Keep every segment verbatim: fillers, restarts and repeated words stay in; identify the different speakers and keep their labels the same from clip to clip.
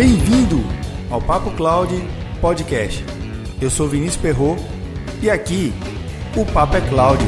Speaker 1: Bem-vindo ao Papo Cloud Podcast. Eu sou Vinícius Perrot e aqui o Papo é Cloud.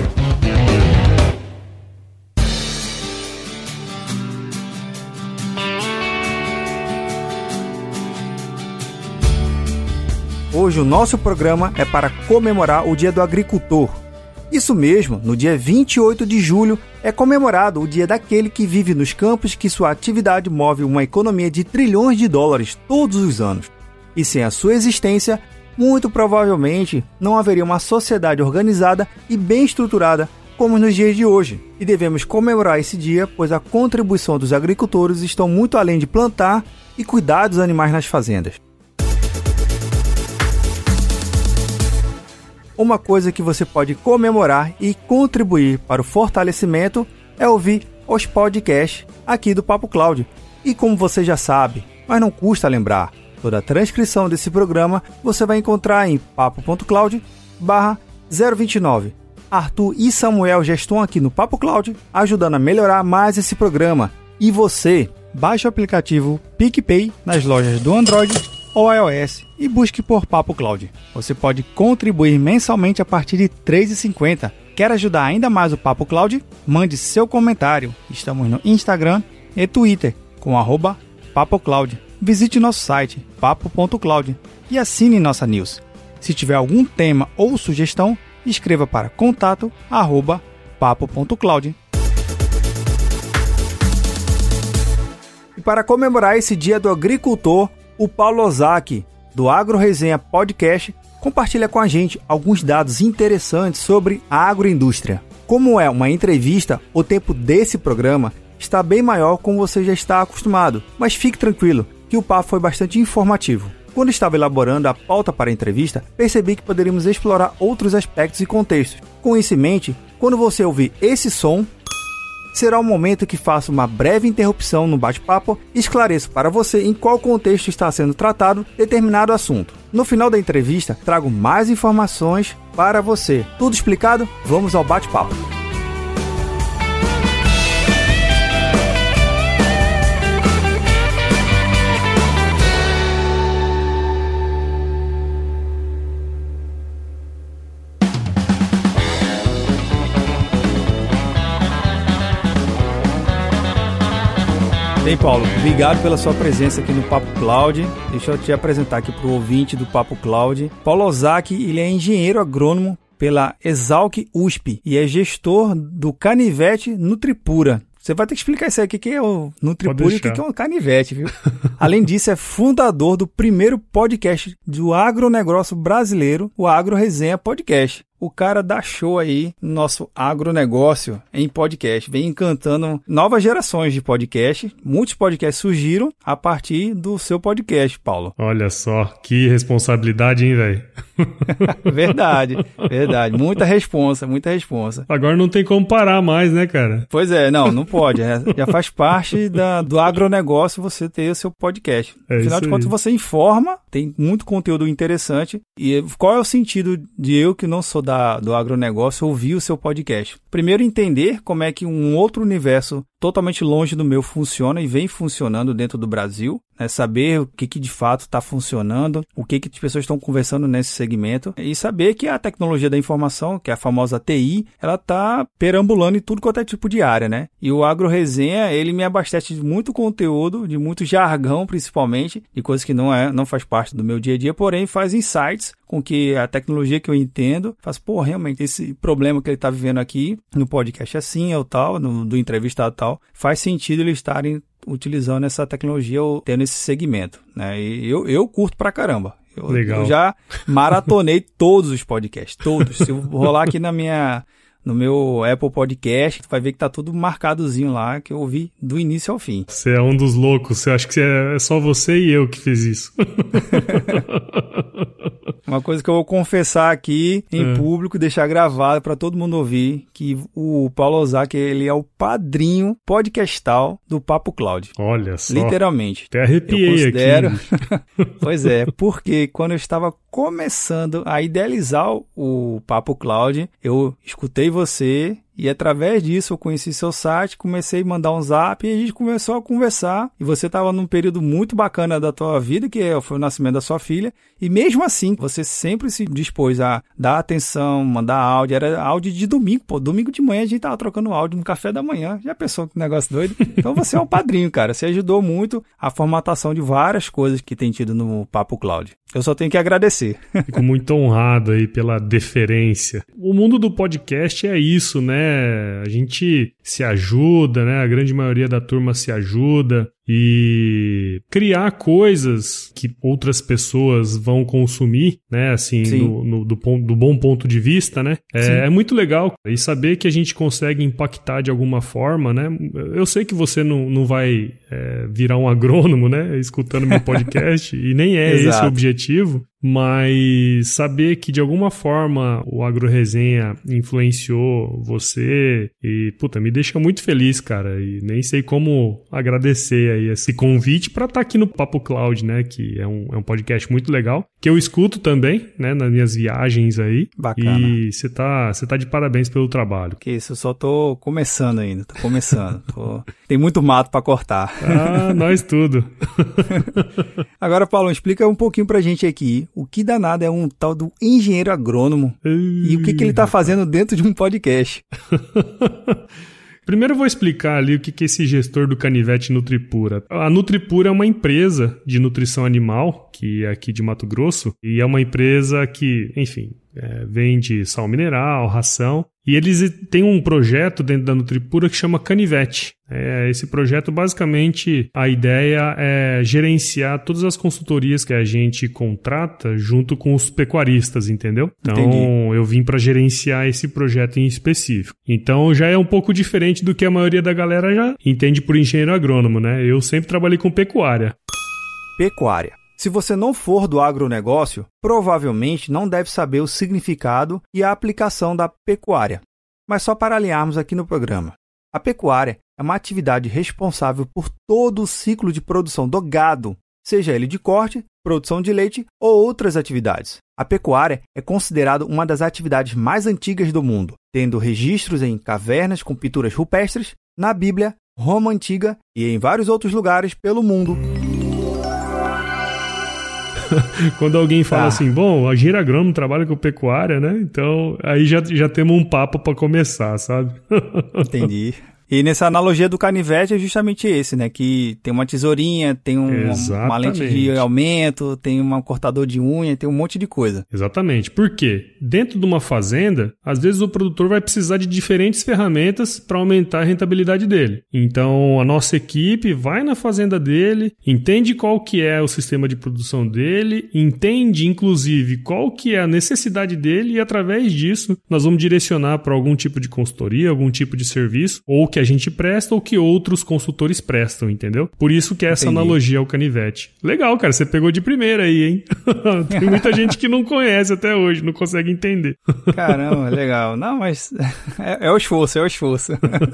Speaker 1: Hoje o nosso programa é para comemorar o Dia do Agricultor. Isso mesmo, no dia vinte e oito de julho é comemorado o dia daquele que vive nos campos que sua atividade move uma economia de trilhões de dólares todos os anos. E sem a sua existência, muito provavelmente não haveria uma sociedade organizada e bem estruturada como nos dias de hoje. E devemos comemorar esse dia, pois a contribuição dos agricultores estão muito além de plantar e cuidar dos animais nas fazendas. Uma coisa que você pode comemorar e contribuir para o fortalecimento é ouvir os podcasts aqui do Papo Cloud. E como você já sabe, mas não custa lembrar, toda a transcrição desse programa você vai encontrar em papo.cloud barra zero vinte e nove. Arthur e Samuel já estão aqui no Papo Cloud ajudando a melhorar mais esse programa. E você, baixe o aplicativo PicPay nas lojas do Android ou iOS e busque por Papo Cloud. Você pode contribuir mensalmente a partir de três reais e cinquenta centavos. Quer ajudar ainda mais o Papo Cloud? Mande seu comentário. Estamos no Instagram e Twitter com arroba Papo Cloud. Visite nosso site papo ponto cloud e assine nossa news. Se tiver algum tema ou sugestão, escreva para contato arroba papo ponto cloud. E para comemorar esse Dia do Agricultor, o Paulo Ozaki, do Agro Resenha Podcast, compartilha com a gente alguns dados interessantes sobre a agroindústria. Como é uma entrevista, o tempo desse programa está bem maior como você já está acostumado, mas fique tranquilo que o papo foi bastante informativo. Quando estava elaborando a pauta para a entrevista, percebi que poderíamos explorar outros aspectos e contextos. Com isso em mente, quando você ouvir esse som, será o momento que faço uma breve interrupção no bate-papo e esclareço para você em qual contexto está sendo tratado determinado assunto. No final da entrevista, trago mais informações para você. Tudo explicado? Vamos ao bate-papo. Bem, Paulo, obrigado pela sua presença aqui no Papo Cloud. Deixa eu te apresentar aqui para o ouvinte do Papo Cloud. Paulo Ozaki, ele é engenheiro agrônomo pela Exalc U S P e é gestor do Canivete Nutripura. Você vai ter que explicar isso aí, o que é o Nutripura e o que é o Canivete, viu? Além disso, é fundador do primeiro podcast do agronegócio brasileiro, o Agro Resenha Podcast. O cara dá show aí no nosso agronegócio em podcast. Vem encantando novas gerações de podcast. Muitos podcasts surgiram a partir do seu podcast, Paulo.
Speaker 2: Olha só, que responsabilidade, hein, velho?
Speaker 1: Verdade, verdade. Muita responsa, muita responsa.
Speaker 2: Agora não tem como parar mais, né, cara?
Speaker 1: Pois é, não, não pode. É, já faz parte da, do agronegócio você ter o seu podcast.
Speaker 2: É
Speaker 1: Afinal de contas, você informa, tem muito conteúdo interessante. E qual é o sentido de eu, que não sou da do agronegócio, ouvir o seu podcast? Primeiro, entender como é que um outro universo totalmente longe do meu funciona e vem funcionando dentro do Brasil, né? Saber o que, que de fato está funcionando, o que, que as pessoas estão conversando nesse segmento e saber que a tecnologia da informação, que é a famosa T I, ela está perambulando em tudo quanto é tipo de área, né? E o Agro Resenha, ele me abastece de muito conteúdo, de muito jargão principalmente, de coisas que não, é, não faz parte do meu dia a dia, porém faz insights com que a tecnologia que eu entendo faz, pô, realmente esse problema que ele está vivendo aqui no podcast assim, é o tal, no, do entrevistado tal, faz sentido eles estarem utilizando essa tecnologia ou tendo esse segmento, né? E eu, eu curto pra caramba. Eu,
Speaker 2: Legal.
Speaker 1: Eu já maratonei todos os podcasts, todos. Se eu rolar aqui na minha, no meu Apple Podcast, tu vai ver que tá tudo marcadozinho lá, que eu ouvi do início ao fim.
Speaker 2: Você é um dos loucos. Você acha que é só você e eu que fiz isso.
Speaker 1: Uma coisa que eu vou confessar aqui em é. público, deixar gravado para todo mundo ouvir, que o Paulo Ozaki, ele é o padrinho podcastal do Papo Cloud.
Speaker 2: Olha só.
Speaker 1: Literalmente.
Speaker 2: Até arrepiei
Speaker 1: eu considero...
Speaker 2: aqui.
Speaker 1: Pois é, porque quando eu estava começando a idealizar o Papo Cloud, eu escutei você E através disso eu conheci seu site, comecei a mandar um zap e a gente começou a conversar. E você estava num período muito bacana da tua vida, que foi o nascimento da sua filha. E mesmo assim, você sempre se dispôs a dar atenção, mandar áudio. Era áudio de domingo, pô. Domingo de manhã a gente tava trocando áudio no café da manhã. Já pensou que negócio doido? Então você é um padrinho, cara. Você ajudou muito a formatação de várias coisas que tem tido no Papo Cloud. Eu só tenho que agradecer.
Speaker 2: Fico muito honrado aí pela deferência. O mundo do podcast é isso, né? A gente se ajuda, né? A grande maioria da turma se ajuda. E criar coisas que outras pessoas vão consumir, né, assim, no, no, do, ponto, do bom ponto de vista, né, é, é muito legal. E saber que a gente consegue impactar de alguma forma, né, eu sei que você não, não vai é, virar um agrônomo, né, escutando meu podcast, e nem é esse o objetivo, mas saber que de alguma forma o AgroResenha influenciou você e, puta, me deixa muito feliz, cara, e nem sei como agradecer aí esse convite para estar tá aqui no Papo Cloud, né, que é um, é um podcast muito legal, que eu escuto também, né, nas minhas viagens aí.
Speaker 1: Bacana.
Speaker 2: E você tá, você tá de parabéns pelo trabalho.
Speaker 1: Que isso, eu só tô começando ainda, tô começando. tô... Tem muito mato para cortar.
Speaker 2: Ah, nós tudo.
Speaker 1: Agora, Paulo, explica um pouquinho pra gente aqui o que danado é um tal do engenheiro agrônomo Ei, e o que, que ele tá fazendo dentro de um podcast.
Speaker 2: Primeiro eu vou explicar ali o que é esse gestor do Canivete Nutripura. A Nutripura é uma empresa de nutrição animal, que é aqui de Mato Grosso, e é uma empresa que, enfim, é, vende sal mineral, ração, e eles têm um projeto dentro da Nutripura que chama Canivete. É, esse projeto, basicamente, a ideia é gerenciar todas as consultorias que a gente contrata junto com os pecuaristas, entendeu? Então, Entendi. Eu vim para gerenciar esse projeto em específico. Então, já é um pouco diferente do que a maioria da galera já entende por engenheiro agrônomo, né? Eu sempre trabalhei com pecuária.
Speaker 1: Pecuária. Se você não for do agronegócio, provavelmente não deve saber o significado e a aplicação da pecuária. Mas só para alinharmos aqui no programa. A pecuária é uma atividade responsável por todo o ciclo de produção do gado, seja ele de corte, produção de leite ou outras atividades. A pecuária é considerada uma das atividades mais antigas do mundo, tendo registros em cavernas com pinturas rupestres, na Bíblia, Roma Antiga e em vários outros lugares pelo mundo.
Speaker 2: Quando alguém fala ah. assim, bom, a engenheiro agrônomo trabalha com pecuária, né? Então, aí já, já temos um papo para começar, sabe?
Speaker 1: Entendi. E nessa analogia do canivete é justamente esse, né? Que tem uma tesourinha, tem um, uma lente de aumento, tem um cortador de unha, tem um monte de coisa.
Speaker 2: Exatamente. Por quê? Dentro de uma fazenda, às vezes o produtor vai precisar de diferentes ferramentas para aumentar a rentabilidade dele. Então, a nossa equipe vai na fazenda dele, entende qual que é o sistema de produção dele, entende, inclusive, qual que é a necessidade dele e, através disso, nós vamos direcionar para algum tipo de consultoria, algum tipo de serviço, ou que a gente presta ou que outros consultores prestam, entendeu? Por isso que é essa Entendi. Analogia ao canivete. Legal, cara, você pegou de primeira aí, hein? Tem muita gente que não conhece até hoje, não consegue entender.
Speaker 1: Caramba, legal. Não, mas é, é o esforço, é o esforço.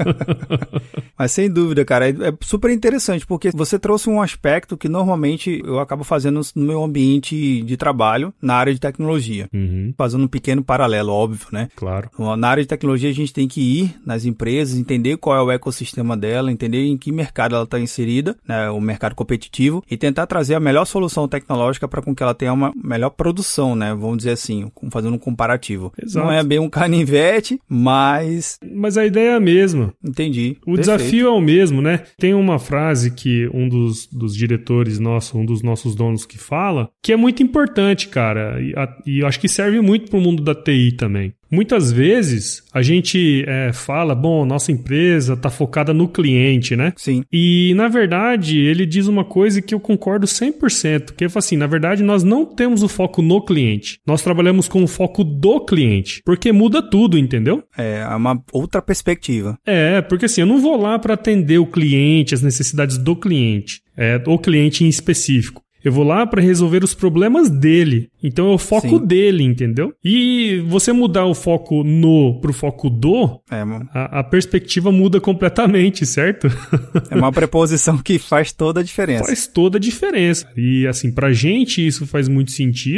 Speaker 1: Mas sem dúvida, cara, é super interessante, porque você trouxe um aspecto que normalmente eu acabo fazendo no meu ambiente de trabalho, na área de tecnologia. Uhum. Fazendo um pequeno paralelo, óbvio, né?
Speaker 2: Claro.
Speaker 1: Na área de tecnologia a gente tem que ir nas empresas, entender qual é o ecossistema dela, entender em que mercado ela está inserida, né, o mercado competitivo, e tentar trazer a melhor solução tecnológica para com que ela tenha uma melhor produção, né, vamos dizer assim, fazendo um comparativo.
Speaker 2: Exato.
Speaker 1: Não é bem um canivete, mas...
Speaker 2: Mas a ideia é a mesma.
Speaker 1: Entendi.
Speaker 2: O Perfeito. Desafio é o mesmo, né? Tem uma frase que um dos, dos diretores nossos, um dos nossos donos que fala, que é muito importante, cara, e, a, e eu acho que serve muito para o mundo da T I também. Muitas vezes a gente é, fala, bom, nossa empresa está focada no cliente, né?
Speaker 1: Sim.
Speaker 2: E, na verdade, ele diz uma coisa que eu concordo cem por cento, que é assim, na verdade, nós não temos o foco no cliente. Nós trabalhamos com o foco do cliente, porque muda tudo, entendeu?
Speaker 1: É uma outra perspectiva.
Speaker 2: É, porque assim, eu não vou lá para atender o cliente, as necessidades do cliente, é, o cliente em específico. Eu vou lá para resolver os problemas dele. Então é o foco Sim. dele, entendeu? E você mudar o foco no pro foco do,
Speaker 1: é,
Speaker 2: a, a perspectiva muda completamente, certo?
Speaker 1: É uma preposição que faz toda a diferença.
Speaker 2: Faz toda a diferença. E assim, pra gente isso faz muito sentido.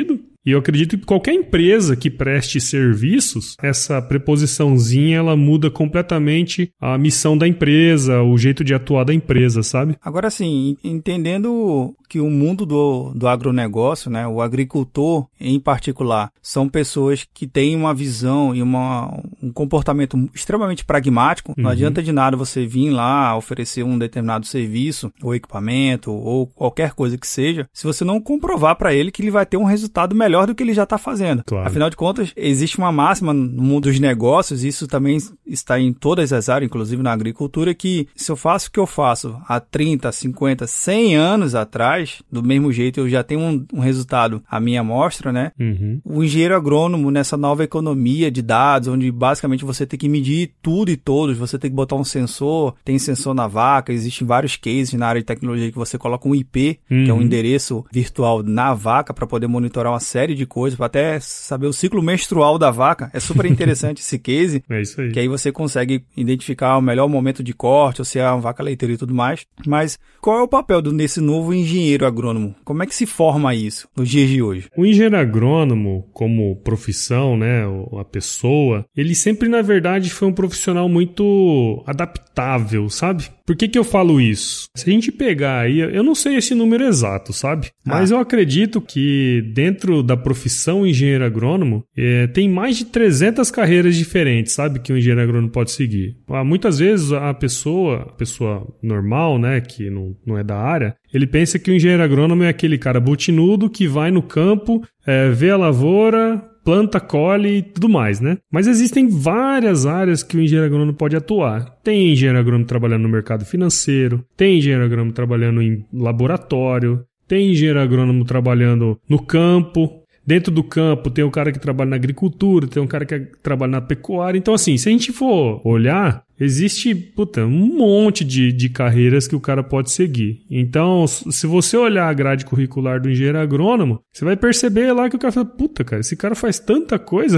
Speaker 2: E eu acredito que qualquer empresa que preste serviços, essa preposiçãozinha, ela muda completamente a missão da empresa, o jeito de atuar da empresa, sabe?
Speaker 1: Agora, assim, entendendo que o mundo do, do agronegócio, né, o agricultor em particular, são pessoas que têm uma visão e uma, um comportamento extremamente pragmático. Não uhum. adianta de nada você vir lá oferecer um determinado serviço, ou equipamento, ou qualquer coisa que seja, se você não comprovar para ele que ele vai ter um resultado melhor do que ele já está fazendo.
Speaker 2: Claro.
Speaker 1: Afinal de contas, existe uma máxima no mundo dos negócios, isso também está em todas as áreas, inclusive na agricultura, que se eu faço o que eu faço há trinta, cinquenta, cem anos atrás, do mesmo jeito eu já tenho um, um resultado à minha amostra, né?
Speaker 2: Uhum.
Speaker 1: O engenheiro agrônomo nessa nova economia de dados, onde basicamente você tem que medir tudo e todos, você tem que botar um sensor, tem sensor na vaca, existem vários cases na área de tecnologia que você coloca um I P, uhum. que é um endereço virtual na vaca para poder monitorar uma série de coisas, para até saber o ciclo menstrual da vaca. É super interessante esse case,
Speaker 2: é isso aí.
Speaker 1: Que aí você consegue identificar o melhor momento de corte, ou se é uma vaca leiteira e tudo mais. Mas qual é o papel do, desse novo engenheiro agrônomo? Como é que se forma isso nos dias de hoje?
Speaker 2: O engenheiro agrônomo, como profissão, né, a pessoa, ele sempre, na verdade, foi um profissional muito adaptável, sabe? Por que que eu falo isso? Se a gente pegar aí, eu não sei esse número exato, sabe? Mas ah. eu acredito que dentro da profissão engenheiro agrônomo, é, tem mais de trezentas carreiras diferentes, sabe? Que o engenheiro agrônomo pode seguir. Muitas vezes a pessoa, a pessoa normal, né, que não, não é da área, ele pensa que o engenheiro agrônomo é aquele cara botinudo que vai no campo, é, vê a lavoura, planta, colhe e tudo mais, né? Mas existem várias áreas que o engenheiro agrônomo pode atuar. Tem engenheiro agrônomo trabalhando no mercado financeiro, tem engenheiro agrônomo trabalhando em laboratório, tem engenheiro agrônomo trabalhando no campo. Dentro do campo tem o cara que trabalha na agricultura, tem um cara que trabalha na pecuária. Então, assim, se a gente for olhar, existe puta, um monte de, de carreiras que o cara pode seguir. Então, se você olhar a grade curricular do engenheiro agrônomo, você vai perceber lá que o cara fala, puta, cara, esse cara faz tanta coisa...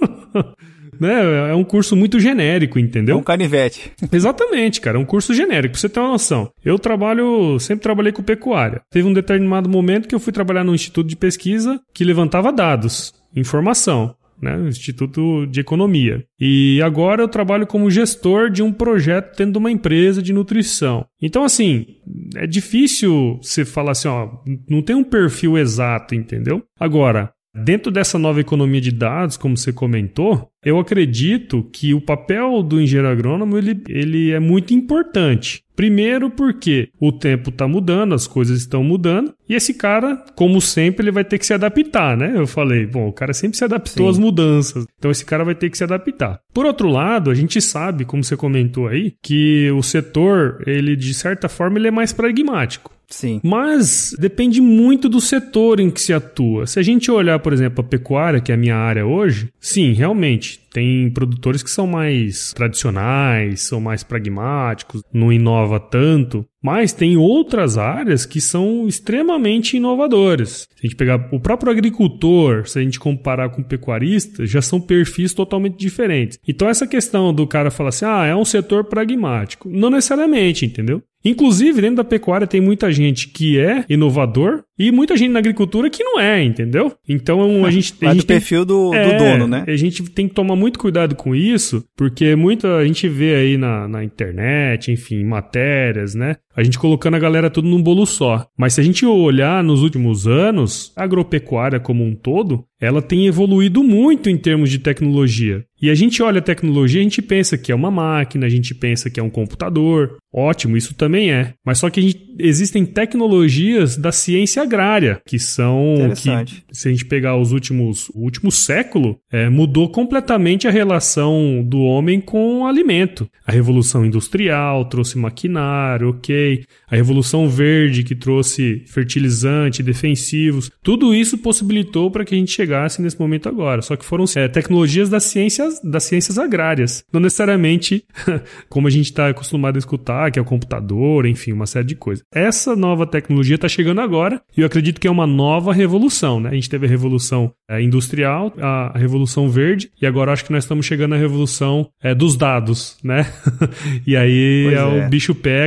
Speaker 2: Né? É um curso muito genérico, entendeu?
Speaker 1: É um canivete.
Speaker 2: Exatamente, cara. É um curso genérico. Pra você ter uma noção. Eu trabalho, sempre trabalhei com pecuária. Teve um determinado momento que eu fui trabalhar num instituto de pesquisa que levantava dados, informação, né? Um instituto de economia. E agora eu trabalho como gestor de um projeto dentro de uma empresa de nutrição. Então, assim, é difícil você falar assim, ó, não tem um perfil exato, entendeu? Agora, dentro dessa nova economia de dados, como você comentou, eu acredito que o papel do engenheiro agrônomo ele, ele é muito importante. Primeiro porque o tempo está mudando, as coisas estão mudando, e esse cara, como sempre, ele vai ter que se adaptar, né? Eu falei, bom, o cara sempre se adaptou Sim. às mudanças, então esse cara vai ter que se adaptar. Por outro lado, a gente sabe, como você comentou aí, que o setor, ele de certa forma, ele é mais pragmático.
Speaker 1: Sim.
Speaker 2: Mas depende muito do setor em que se atua. Se a gente olhar, por exemplo, a pecuária, que é a minha área hoje, sim, realmente, tem produtores que são mais tradicionais, são mais pragmáticos, não inova tanto, mas tem outras áreas que são extremamente inovadoras. Se a gente pegar o próprio agricultor, se a gente comparar com o pecuarista, já são perfis totalmente diferentes. Então essa questão do cara falar assim, ah, é um setor pragmático, não necessariamente, entendeu? Inclusive, dentro da pecuária tem muita gente que é inovador e muita gente na agricultura que não é, entendeu? Então a gente, a
Speaker 1: Vai
Speaker 2: gente
Speaker 1: do
Speaker 2: tem,
Speaker 1: perfil do,
Speaker 2: é,
Speaker 1: do dono, né?
Speaker 2: A gente tem que tomar muito cuidado com isso, porque muita a gente vê aí na, na internet, enfim, matérias, né? A gente colocando a galera tudo num bolo só. Mas se a gente olhar nos últimos anos, a agropecuária como um todo, ela tem evoluído muito em termos de tecnologia. E a gente olha a tecnologia, a gente pensa que é uma máquina, a gente pensa que é um computador. Ótimo, isso também é. Mas só que a gente, existem tecnologias da ciência agrária, que são...
Speaker 1: Interessante.
Speaker 2: Que, se a gente pegar os últimos, o último século, é, mudou completamente a relação do homem com o alimento. A Revolução Industrial trouxe maquinário, ok. A Revolução Verde, que trouxe fertilizante, defensivos. Tudo isso possibilitou para que a gente chegasse nesse momento agora. Só que foram é, tecnologias das ciências, das ciências agrárias. Não necessariamente como a gente está acostumado a escutar, que é o computador, enfim, uma série de coisas. Essa nova tecnologia está chegando agora e eu acredito que é uma nova revolução, né? A gente teve a Revolução é, Industrial, a, a Revolução Verde e agora acho que nós estamos chegando na Revolução é, dos dados, né? E aí é, o bicho pega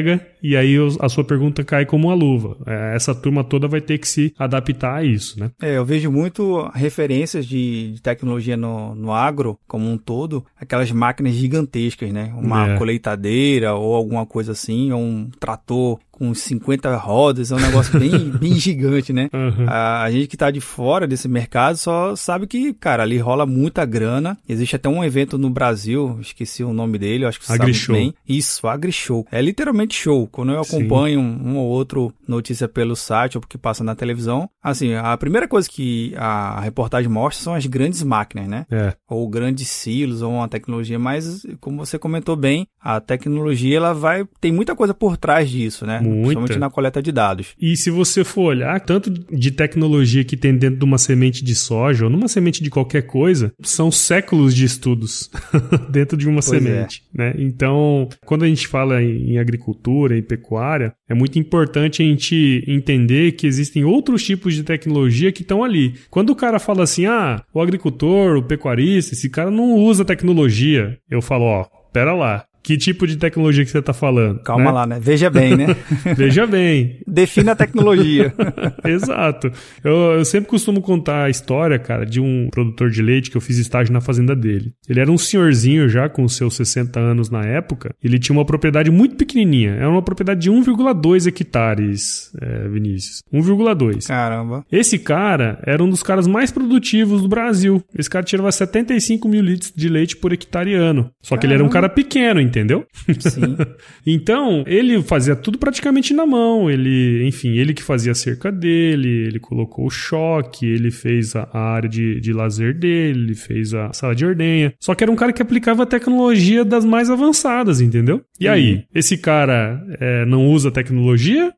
Speaker 2: E aí a sua pergunta cai como uma luva. Essa turma toda vai ter que se adaptar a isso, né?
Speaker 1: É, eu vejo muito referências de, de tecnologia no, no agro como um todo, aquelas máquinas gigantescas, né? Uma
Speaker 2: é.
Speaker 1: colheitadeira ou alguma coisa assim, ou um trator com cinquenta rodas, é um negócio bem, bem gigante, né?
Speaker 2: Uhum.
Speaker 1: A, a gente que tá de fora desse mercado só sabe que, cara, ali rola muita grana. Existe até um evento no Brasil, esqueci o nome dele, eu acho que você
Speaker 2: AgriShow.
Speaker 1: sabe bem. Isso, AgriShow. É literalmente show. Quando eu acompanho um, um ou outro notícia pelo site ou porque passa na televisão, assim, a primeira coisa que a reportagem mostra são as grandes máquinas, né?
Speaker 2: É.
Speaker 1: Ou grandes silos, ou uma tecnologia, mas como você comentou bem, a tecnologia, ela vai, tem muita coisa por trás disso, né?
Speaker 2: Muita.
Speaker 1: Principalmente na coleta de dados.
Speaker 2: E se você for olhar, tanto de tecnologia que tem dentro de uma semente de soja ou numa semente de qualquer coisa, são séculos de estudos dentro de uma
Speaker 1: Pois
Speaker 2: semente,
Speaker 1: é.
Speaker 2: né? Então, quando a gente fala em agricultura, em pecuária, é muito importante a gente entender que existem outros tipos de tecnologia que estão ali. Quando o cara fala assim, ah, o agricultor, o pecuarista, esse cara não usa tecnologia, eu falo, ó, pera lá. Que tipo de tecnologia que você está falando?
Speaker 1: Calma
Speaker 2: né?
Speaker 1: lá, né? Veja bem, né?
Speaker 2: Veja bem.
Speaker 1: Defina a tecnologia.
Speaker 2: Exato. Eu, eu sempre costumo contar a história, cara, de um produtor de leite que eu fiz estágio na fazenda dele. Ele era um senhorzinho já, com seus sessenta anos na época. Ele tinha uma propriedade muito pequenininha. Era uma propriedade de um vírgula dois hectares, é, Vinícius. um vírgula dois.
Speaker 1: Caramba.
Speaker 2: Esse cara era um dos caras mais produtivos do Brasil. Esse cara tirava setenta e cinco mil litros de leite por hectare ano. Só que
Speaker 1: Caramba.
Speaker 2: ele era um cara pequeno, entendeu?
Speaker 1: Sim.
Speaker 2: Então, ele fazia tudo praticamente na mão. Ele, enfim, ele que fazia a cerca dele, ele colocou o choque, ele fez a, a área de, de lazer dele, ele fez a sala de ordenha. Só que era um cara que aplicava a tecnologia das mais avançadas, entendeu? E aí, esse cara é, não usa tecnologia?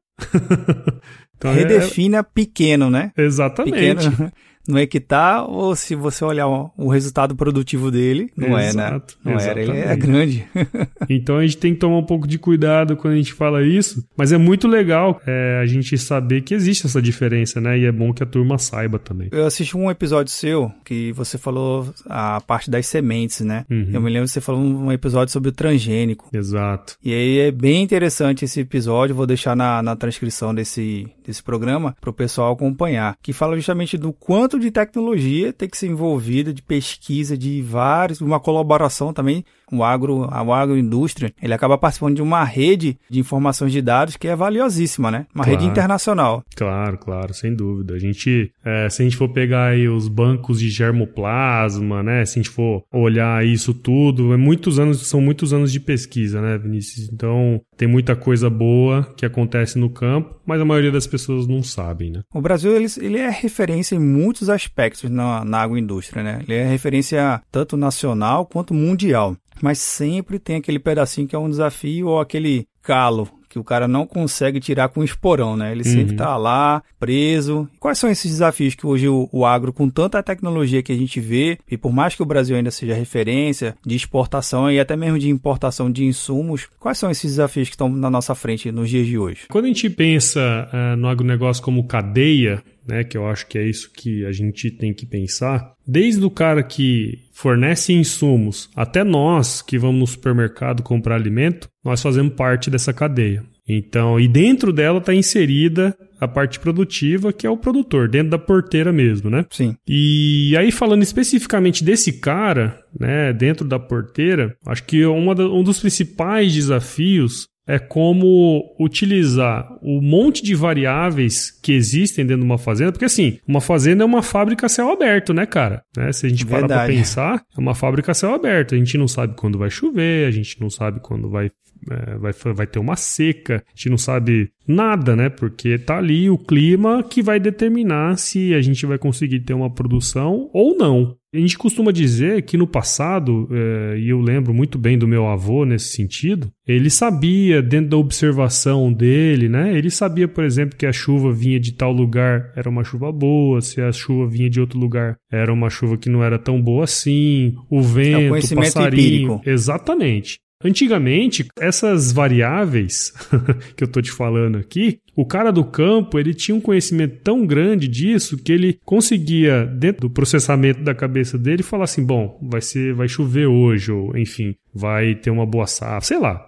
Speaker 1: Então, redefina é... pequeno, né?
Speaker 2: Exatamente.
Speaker 1: Pequeno no hectare, ou se você olhar o, o resultado produtivo dele, não
Speaker 2: Exato,
Speaker 1: é, né? Não
Speaker 2: exatamente.
Speaker 1: era, ele é grande.
Speaker 2: Então a gente tem que tomar um pouco de cuidado quando a gente fala isso, mas é muito legal é, a gente saber que existe essa diferença, né? E é bom que a turma saiba também.
Speaker 1: Eu assisti um episódio seu que você falou a parte das sementes, né?
Speaker 2: Uhum.
Speaker 1: Eu me lembro que você falou um episódio sobre o transgênico.
Speaker 2: Exato.
Speaker 1: E aí é bem interessante esse episódio, vou deixar na, na transcrição desse, desse programa para o pessoal acompanhar, que fala justamente do quanto de tecnologia tem que ser envolvida, de pesquisa, de vários, uma colaboração também. O agro, a agroindústria, ele acaba participando de uma rede de informações de dados que é valiosíssima, né? Uma
Speaker 2: claro.
Speaker 1: rede internacional.
Speaker 2: Claro, claro, sem dúvida. A gente, é, se a gente for pegar aí os bancos de germoplasma, né? Se a gente for olhar isso tudo, é muitos anos, são muitos anos de pesquisa, né, Vinícius? Então, tem muita coisa boa que acontece no campo, mas a maioria das pessoas não sabem, né?
Speaker 1: O Brasil, ele, ele é referência em muitos aspectos na, na agroindústria, né? Ele é referência tanto nacional quanto mundial. Mas sempre tem aquele pedacinho que é um desafio ou aquele calo que o cara não consegue tirar com o esporão, né? Ele uhum. sempre tá lá, preso. Quais são esses desafios que hoje o, o agro, com tanta tecnologia que a gente vê, e por mais que o Brasil ainda seja referência de exportação e até mesmo de importação de insumos, quais são esses desafios que estão na nossa frente nos dias de hoje?
Speaker 2: Quando a gente pensa uh, no agronegócio como cadeia, né, que eu acho que é isso que a gente tem que pensar, desde o cara que fornece insumos até nós que vamos no supermercado comprar alimento, nós fazemos parte dessa cadeia. Então, e dentro dela está inserida a parte produtiva, que é o produtor, dentro da porteira mesmo, né?
Speaker 1: Sim.
Speaker 2: E aí, falando especificamente desse cara, né, dentro da porteira, acho que uma da, um dos principais desafios é como utilizar o monte de variáveis que existem dentro de uma fazenda, porque assim, uma fazenda é uma fábrica a céu aberto, né, cara? Né? Se a gente parar para pensar, é uma fábrica a céu aberto. A gente não sabe quando vai chover, a gente não sabe quando vai, é, vai, vai ter uma seca, a gente não sabe nada, né? Porque tá ali o clima que vai determinar se a gente vai conseguir ter uma produção ou não. A gente costuma dizer que no passado, é, e eu lembro muito bem do meu avô nesse sentido, ele sabia, dentro da observação dele, né? Ele sabia, por exemplo, que a chuva vinha de tal lugar, era uma chuva boa, se a chuva vinha de outro lugar, era uma chuva que não era tão boa assim, o vento, é um conhecimento o passarinho. Empírico. Exatamente. Antigamente, essas variáveis que eu tô te falando aqui, o cara do campo, ele tinha um conhecimento tão grande disso que ele conseguia, dentro do processamento da cabeça dele, falar assim, bom, vai ser, vai chover hoje, ou enfim, vai ter uma boa safra, sei lá.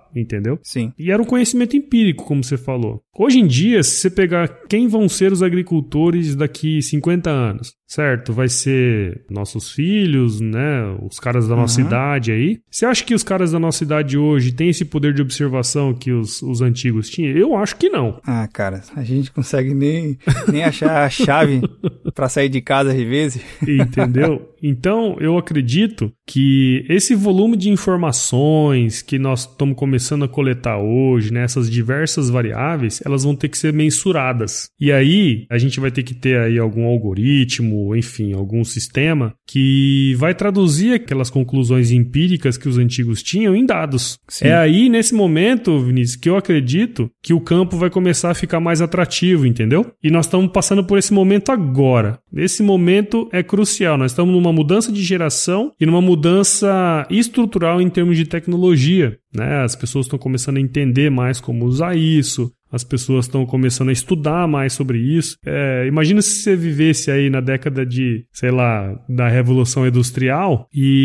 Speaker 2: entendeu?
Speaker 1: Sim.
Speaker 2: E era um conhecimento empírico, como você falou. Hoje em dia, se você pegar quem vão ser os agricultores daqui cinquenta anos, certo? Vai ser nossos filhos, né? Os caras da nossa uhum. idade aí. Você acha que os caras da nossa idade hoje têm esse poder de observação que os, os antigos tinham? Eu acho que não.
Speaker 1: Ah, cara, a gente consegue nem, nem achar a chave pra sair de casa às vezes.
Speaker 2: Entendeu? Então, eu acredito que esse volume de informações que nós estamos começando a coletar hoje, né, essas diversas variáveis, elas vão ter que ser mensuradas. E aí, a gente vai ter que ter aí algum algoritmo, enfim, algum sistema que vai traduzir aquelas conclusões empíricas que os antigos tinham em dados. Sim. É aí, nesse momento, Vinícius, que eu acredito que o campo vai começar a ficar mais atrativo, entendeu? E nós estamos passando por esse momento agora. Esse momento é crucial. Nós estamos numa mudança de geração e numa mudança estrutural em termos de tecnologia, né? As pessoas estão começando a entender mais como usar isso. As pessoas estão começando a estudar mais sobre isso. É, imagina se você vivesse aí na década de, sei lá, da Revolução Industrial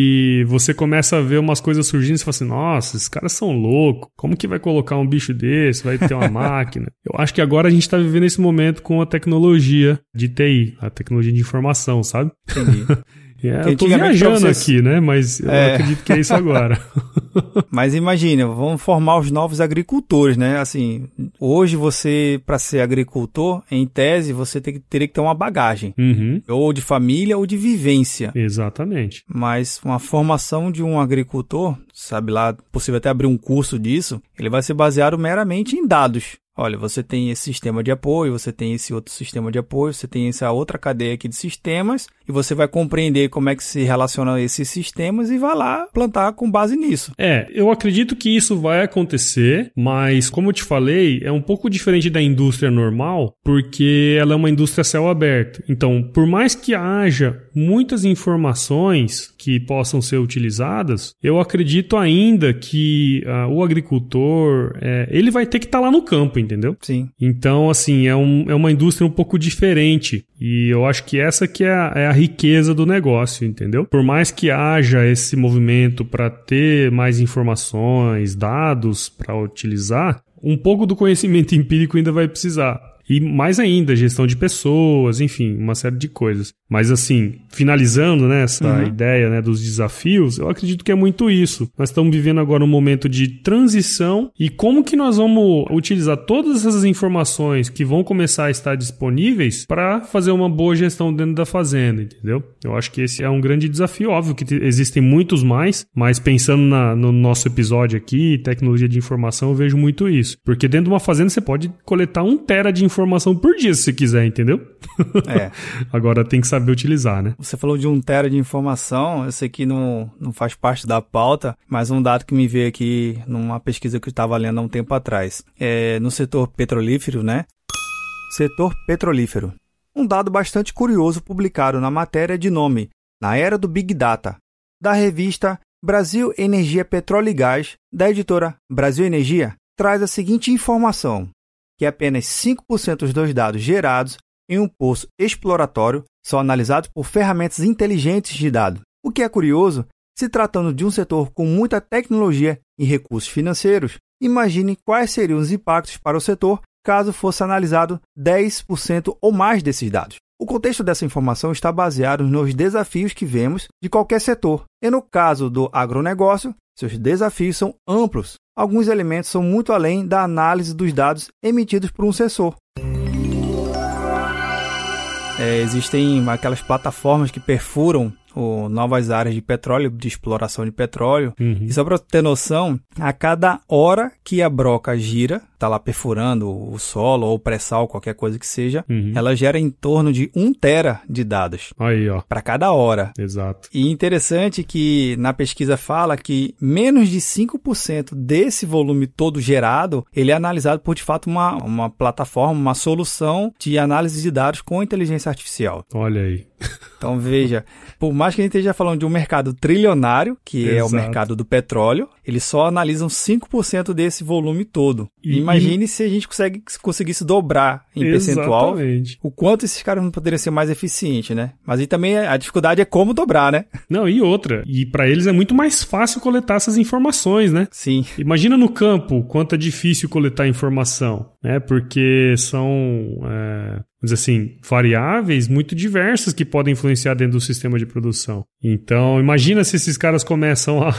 Speaker 2: e você começa a ver umas coisas surgindo e você fala assim, nossa, esses caras são loucos. Como que vai colocar um bicho desse? Vai ter uma máquina? Eu acho que agora a gente está vivendo esse momento com a tecnologia de T I, a tecnologia de informação, sabe?
Speaker 1: Entendi.
Speaker 2: É, eu tô viajando vocês... aqui, né? Mas eu é... acredito que é isso agora.
Speaker 1: Mas imagina, vamos formar os novos agricultores, né? Assim, hoje você, para ser agricultor, em tese, você tem, teria que ter uma bagagem.
Speaker 2: Uhum.
Speaker 1: Ou de família ou de vivência.
Speaker 2: Exatamente.
Speaker 1: Mas uma formação de um agricultor, sabe lá, possível até abrir um curso disso, ele vai ser baseado meramente em dados. Olha, você tem esse sistema de apoio, você tem esse outro sistema de apoio, você tem essa outra cadeia aqui de sistemas e você vai compreender como é que se relacionam esses sistemas e vai lá plantar com base nisso.
Speaker 2: É, eu acredito que isso vai acontecer, mas como eu te falei, é um pouco diferente da indústria normal, porque ela é uma indústria a céu aberto. Então, por mais que haja muitas informações que possam ser utilizadas, eu acredito ainda que uh, o agricultor, é, ele vai ter que estar tá lá no campo, entendeu?
Speaker 1: Sim.
Speaker 2: Então, assim, é, um, é uma indústria um pouco diferente e eu acho que essa que é a, é a riqueza do negócio, entendeu? Por mais que haja esse movimento para ter mais informações, dados para utilizar, um pouco do conhecimento empírico ainda vai precisar. E mais ainda, gestão de pessoas, enfim, uma série de coisas. Mas assim, finalizando, né, essa uhum. ideia, né, dos desafios, eu acredito que é muito isso. Nós estamos vivendo agora um momento de transição e como que nós vamos utilizar todas essas informações que vão começar a estar disponíveis para fazer uma boa gestão dentro da fazenda, entendeu? Eu acho que esse é um grande desafio. Óbvio que t- existem muitos mais, mas pensando na, no nosso episódio aqui, tecnologia de informação, eu vejo muito isso. Porque dentro de uma fazenda você pode coletar um tera de informação informação por dia, se você quiser, entendeu?
Speaker 1: É.
Speaker 2: Agora tem que saber utilizar, né?
Speaker 1: Você falou de um tera de informação, eu sei que não, não faz parte da pauta, mas um dado que me veio aqui numa pesquisa que eu estava lendo há um tempo atrás. É, no setor petrolífero, né? Setor petrolífero. Um dado bastante curioso publicado na matéria de nome Na Era do Big Data, da revista Brasil Energia Petróleo e Gás, da editora Brasil Energia, traz a seguinte informação, que apenas cinco por cento dos dados gerados em um poço exploratório são analisados por ferramentas inteligentes de dados. O que é curioso, se tratando de um setor com muita tecnologia e recursos financeiros, imagine quais seriam os impactos para o setor caso fosse analisado dez por cento ou mais desses dados. O contexto dessa informação está baseado nos desafios que vemos de qualquer setor, e no caso do agronegócio, seus desafios são amplos. Alguns elementos são muito além da análise dos dados emitidos por um sensor. É, existem aquelas plataformas que perfuram ou novas áreas de petróleo, de exploração de petróleo.
Speaker 2: Uhum.
Speaker 1: E só para ter noção, a cada hora que a broca gira, está lá perfurando o solo ou o pré-sal, qualquer coisa que seja,
Speaker 2: uhum.
Speaker 1: ela gera em torno de um tera de dados.
Speaker 2: Aí, ó.
Speaker 1: Para cada hora.
Speaker 2: Exato.
Speaker 1: E interessante que na pesquisa fala que menos de cinco por cento desse volume todo gerado, ele é analisado por, de fato, uma, uma plataforma, uma solução de análise de dados com inteligência artificial.
Speaker 2: Olha aí.
Speaker 1: Então, veja, por mais que a gente esteja falando de um mercado trilionário, que Exato. É o mercado do petróleo, eles só analisam cinco por cento desse volume todo.
Speaker 2: E
Speaker 1: Imagine e... se a gente consegue, conseguisse dobrar em percentual,
Speaker 2: exatamente,
Speaker 1: o quanto esses caras não poderiam ser mais eficientes, né? Mas aí também a dificuldade é como dobrar, né?
Speaker 2: Não, e outra, e para eles é muito mais fácil coletar essas informações, né?
Speaker 1: Sim.
Speaker 2: Imagina no campo quanto é difícil coletar informação, né? Porque são, é, vamos dizer assim, variáveis muito diversas que podem influenciar dentro do sistema de produção. Então, imagina se esses caras começam a,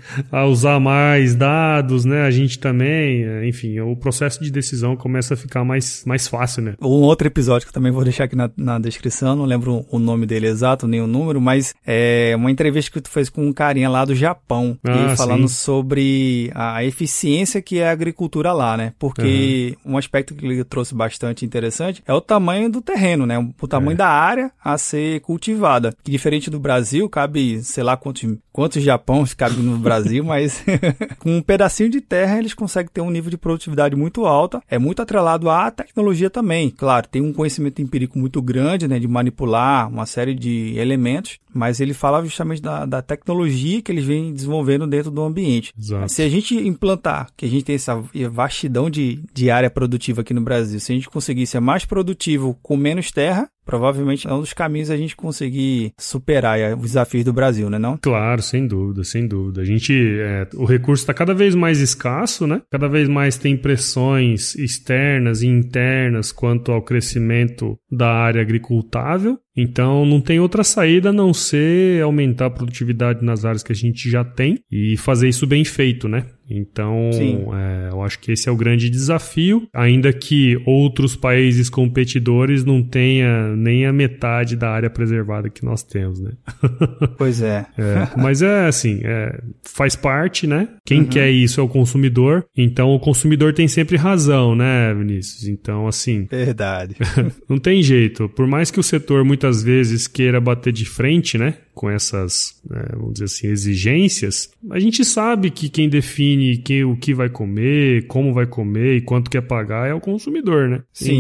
Speaker 2: a usar mais dados, né? A gente também, enfim, o processo de decisão começa a ficar mais, mais fácil, né?
Speaker 1: Um outro episódio que eu também vou deixar aqui na, na descrição, não lembro o nome dele exato, nem o número, mas é uma entrevista que tu fez com um carinha lá do Japão,
Speaker 2: ah,
Speaker 1: e falando
Speaker 2: sim.
Speaker 1: sobre a eficiência que é a agricultura lá, né? Porque uhum. um aspecto que ele trouxe bastante interessante é o tamanho do terreno, né? O tamanho é. da área a ser cultivada. Que diferente do Brasil, cabe, sei lá quantos, quantos Japões cabe no Brasil, mas com um pedacinho de terra eles conseguem ter um nível de produtividade muito alta. É muito atrelado à tecnologia também. Claro, tem um conhecimento empírico muito grande, né? De manipular uma série de elementos, mas ele falava justamente da, da tecnologia que eles vêm desenvolvendo dentro do ambiente.
Speaker 2: Exato.
Speaker 1: Se a gente implantar, que a gente tem essa vastidão de, de área produtiva aqui no Brasil, se a gente conseguir ser mais produtivo com menos terra, provavelmente é um dos caminhos a gente conseguir superar os desafios do Brasil, né não?
Speaker 2: Claro, sem dúvida, sem dúvida. A gente, é, o recurso está cada vez mais escasso, né? Cada vez mais tem pressões externas e internas quanto ao crescimento da área agricultável. Então, não tem outra saída a não ser aumentar a produtividade nas áreas que a gente já tem e fazer isso bem feito, né? Então, é, eu acho que esse é o grande desafio, ainda que outros países competidores não tenham nem a metade da área preservada que nós temos, né?
Speaker 1: Pois é.
Speaker 2: é mas é assim, é, faz parte, né? Quem uhum. quer isso é o consumidor, então o consumidor tem sempre razão, né, Vinícius? Então, assim...
Speaker 1: Verdade.
Speaker 2: Não tem jeito. Por mais que o setor muitas vezes queira bater de frente, né? Com essas, né, vamos dizer assim, exigências, a gente sabe que quem define que, o que vai comer, como vai comer e quanto quer pagar é o consumidor, né?
Speaker 1: Sim.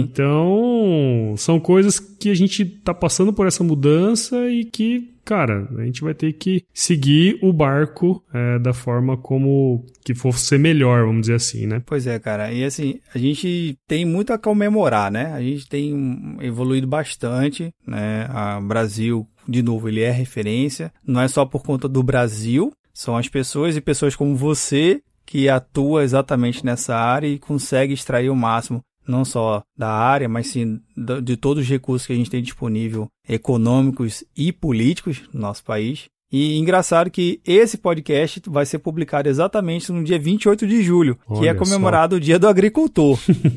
Speaker 2: Então, são coisas que a gente tá passando por essa mudança e que, cara, a gente vai ter que seguir o barco é, da forma como que for ser melhor, vamos dizer assim, né?
Speaker 1: Pois é, cara. E assim, a gente tem muito a comemorar, né? A gente tem evoluído bastante, né? A Brasil, de novo, ele é referência. Não é só por conta do Brasil, são as pessoas e pessoas como você que atua exatamente nessa área e consegue extrair o máximo, não só da área, mas sim de todos os recursos que a gente tem disponível, econômicos e políticos no nosso país. E engraçado que esse podcast vai ser publicado exatamente no dia vinte e oito de julho, Olha que é comemorado só. o Dia do Agricultor.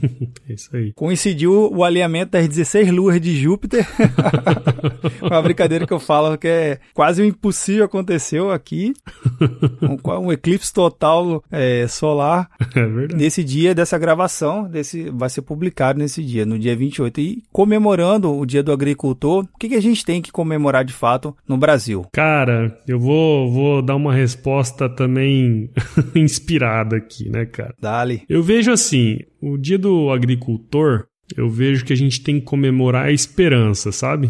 Speaker 2: É isso aí.
Speaker 1: Coincidiu o alinhamento das dezesseis luas de Júpiter. Uma brincadeira que eu falo que é quase o impossível aconteceu aqui. Um, um eclipse total é, solar.
Speaker 2: É verdade.
Speaker 1: Nesse dia dessa gravação, desse, vai ser publicado nesse dia, no dia vinte e oito. E comemorando o Dia do Agricultor, o que, que a gente tem que comemorar de fato no Brasil?
Speaker 2: Cara, eu vou, vou dar uma resposta também inspirada aqui, né, cara?
Speaker 1: Dale.
Speaker 2: Eu vejo assim, o Dia do Agricultor, eu vejo que a gente tem que comemorar a esperança, sabe?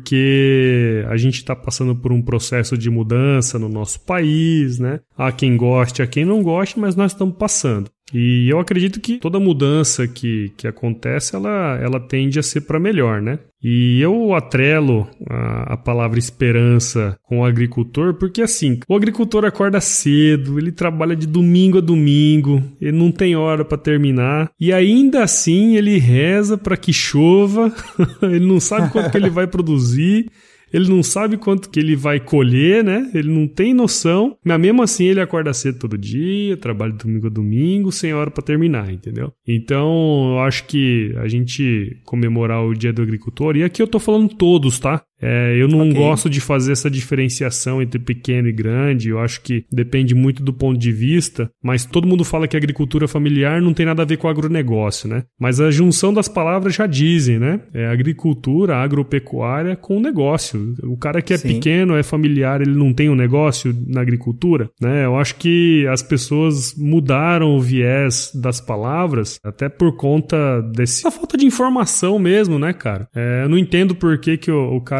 Speaker 2: Porque a gente está passando por um processo de mudança no nosso país, né? Há quem goste, há quem não goste, mas nós estamos passando. E eu acredito que toda mudança que, que acontece, ela, ela tende a ser para melhor, né? E eu atrelo a, a palavra esperança com o agricultor, porque assim, o agricultor acorda cedo, ele trabalha de domingo a domingo, ele não tem hora para terminar, e ainda assim ele reza para que chova, ele não sabe quanto que ele vai produzir, ele não sabe quanto que ele vai colher, né? Ele não tem noção, mas mesmo assim ele acorda cedo todo dia, trabalha de domingo a domingo, sem hora para terminar, entendeu? Então, eu acho que a gente comemorar o Dia do Agricultor, e aqui eu tô falando todos, tá? É, eu não okay. gosto de fazer essa diferenciação entre pequeno e grande, eu acho que depende muito do ponto de vista, mas todo mundo fala que a agricultura familiar não tem nada a ver com agronegócio, né? Mas a junção das palavras já dizem, né? É agricultura, agropecuária com negócio. O cara que é Sim. pequeno, é familiar, ele não tem um negócio na agricultura, né? Eu acho que as pessoas mudaram o viés das palavras até por conta dessa falta de informação mesmo, né, cara? É, eu não entendo por que, que o, o cara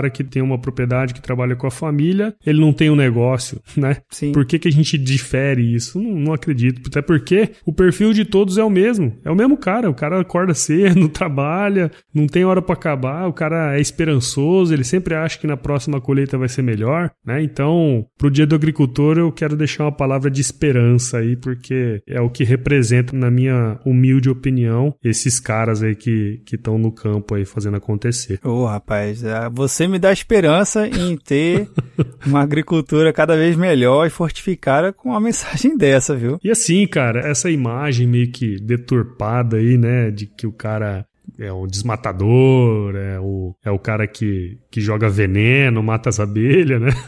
Speaker 2: cara que tem uma propriedade, que trabalha com a família, ele não tem um negócio, né?
Speaker 1: Sim.
Speaker 2: Por que que a gente difere isso? Não, não acredito. Até porque o perfil de todos é o mesmo. É o mesmo cara. O cara acorda cedo, trabalha, não tem hora pra acabar, o cara é esperançoso, ele sempre acha que na próxima colheita vai ser melhor, né? Então, pro Dia do Agricultor, eu quero deixar uma palavra de esperança aí, porque é o que representa, na minha humilde opinião, esses caras aí que estão no campo aí fazendo acontecer.
Speaker 1: Ô, rapaz, você me dá esperança em ter uma agricultura cada vez melhor e fortificada com uma mensagem dessa, viu?
Speaker 2: E assim, cara, essa imagem meio que deturpada aí, né, de que o cara é um desmatador, é o, é o cara que, que joga veneno, mata as abelhas, né?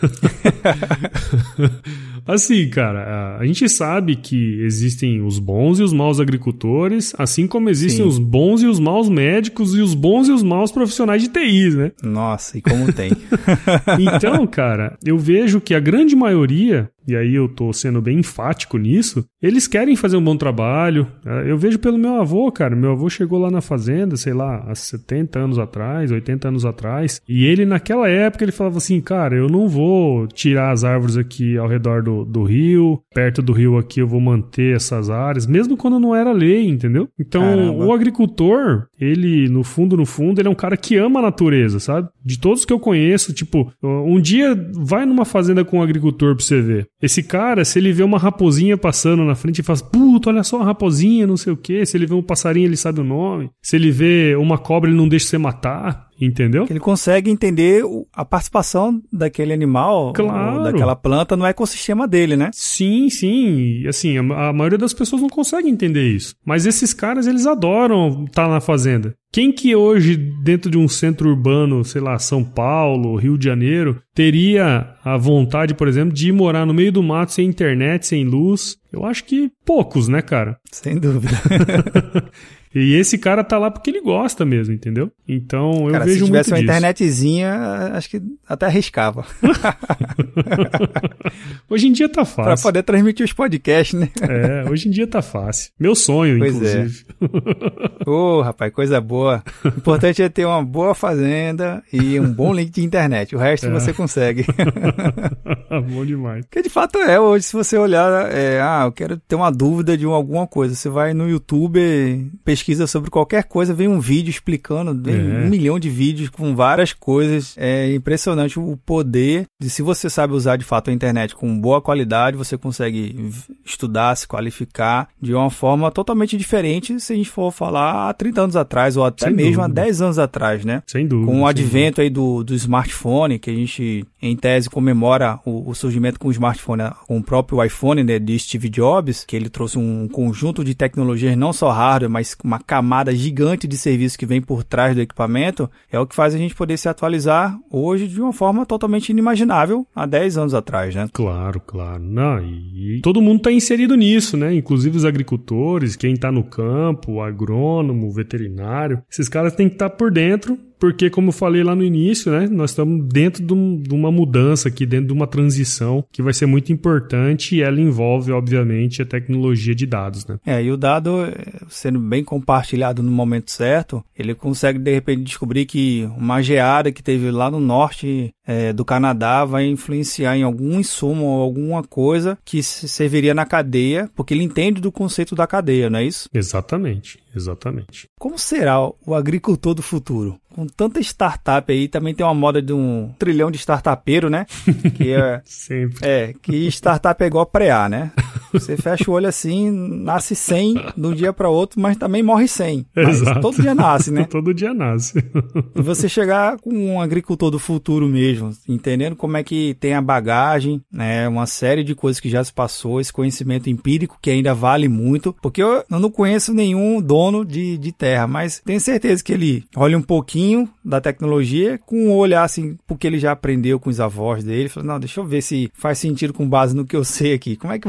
Speaker 2: Assim, cara, a gente sabe que existem os bons e os maus agricultores, assim como existem Sim. os bons e os maus médicos e os bons e os maus profissionais de T I, né?
Speaker 1: Nossa, e como tem.
Speaker 2: Então, cara, eu vejo que a grande maioria, e aí eu tô sendo bem enfático nisso, eles querem fazer um bom trabalho. Eu vejo pelo meu avô, cara, meu avô chegou lá na fazenda, sei lá, há setenta anos atrás, oitenta anos atrás, e ele naquela época ele falava assim, cara, eu não vou tirar as árvores aqui ao redor do, do rio, perto do rio aqui eu vou manter essas áreas, mesmo quando não era lei, entendeu? Então, Caramba. O agricultor, ele, no fundo, no fundo, ele é um cara que ama a natureza, sabe? De todos que eu conheço, tipo, um dia vai numa fazenda com um agricultor pra você ver. Esse cara, se ele vê uma raposinha passando na frente e faz, puta, olha só uma raposinha, não sei o quê. Se ele vê um passarinho, ele sabe o nome. Se ele vê uma cobra, ele não deixa você matar. Entendeu?
Speaker 1: Ele consegue entender a participação daquele animal,
Speaker 2: claro.
Speaker 1: daquela planta no ecossistema dele, né?
Speaker 2: Sim, sim. Assim, a, a maioria das pessoas não consegue entender isso. Mas esses caras, eles adoram estar na fazenda. Quem que hoje, dentro de um centro urbano, sei lá, São Paulo, Rio de Janeiro, teria a vontade, por exemplo, de ir morar no meio do mato sem internet, sem luz? Eu acho que poucos, né, cara?
Speaker 1: Sem dúvida.
Speaker 2: E esse cara tá lá porque ele gosta mesmo, entendeu? Então eu
Speaker 1: cara,
Speaker 2: vejo muito disso.
Speaker 1: Se tivesse uma internetzinha, acho que até arriscava.
Speaker 2: Hoje em dia tá fácil.
Speaker 1: Pra poder transmitir os podcasts, né?
Speaker 2: É, hoje em dia tá fácil. Meu sonho,
Speaker 1: pois
Speaker 2: inclusive.
Speaker 1: Ô, oh, rapaz, coisa boa. O importante é ter uma boa fazenda e um bom link de internet. O resto é. você consegue.
Speaker 2: Bom demais.
Speaker 1: Porque de fato é, hoje se você olhar, é, ah, eu quero ter uma dúvida de alguma coisa, você vai no YouTube, pesquisa sobre qualquer coisa, vem um vídeo explicando, vem é. um milhão de vídeos com várias coisas. É impressionante o poder de, se você sabe usar de fato a internet com boa qualidade, você consegue estudar, se qualificar de uma forma totalmente diferente se a gente for falar há trinta anos atrás ou até Sem mesmo dúvida. há dez anos atrás, né?
Speaker 2: Sem dúvida.
Speaker 1: Com o advento aí do, do smartphone, que a gente em tese comemora o, o surgimento com o smartphone, com o próprio iPhone, né, de Steve Jobs, que ele trouxe um conjunto de tecnologias, não só hardware, mas uma camada gigante de serviços que vem por trás do equipamento, é o que faz a gente poder se atualizar hoje de uma forma totalmente inimaginável há dez anos atrás, né?
Speaker 2: Claro, claro. Não, e, e todo mundo está inserido nisso, né? Inclusive os agricultores, quem está no campo, o agrônomo, o veterinário. Esses caras têm que estar por dentro, porque, como eu falei lá no início, né, nós estamos dentro de, um, de uma mudança aqui, dentro de uma transição que vai ser muito importante e ela envolve, obviamente, a tecnologia de dados, né?
Speaker 1: É, e o dado, sendo bem compartilhado no momento certo, ele consegue, de repente, descobrir que uma geada que teve lá no norte é, do Canadá vai influenciar em algum insumo ou alguma coisa que serviria na cadeia, porque ele entende do conceito da cadeia, não é isso?
Speaker 2: Exatamente, exatamente.
Speaker 1: Como será o agricultor do futuro? Com tanta startup aí, também tem uma moda de um trilhão de startupeiro, né? Que é,
Speaker 2: Sempre.
Speaker 1: É, que startup é igual preá, né? Você fecha o olho assim, nasce cem de um dia para outro, mas também morre cem. Mas
Speaker 2: Exato.
Speaker 1: Todo dia nasce, né?
Speaker 2: Todo dia nasce.
Speaker 1: E você chegar com um agricultor do futuro mesmo, entendendo como é que tem a bagagem, né? Uma série de coisas que já se passou, esse conhecimento empírico que ainda vale muito, porque eu não conheço nenhum dono de, de terra, mas tenho certeza que ele olha um pouquinho da tecnologia com um olhar assim, porque ele já aprendeu com os avós dele, falou, não, deixa eu ver se faz sentido com base no que eu sei aqui. Como é que vai ser esse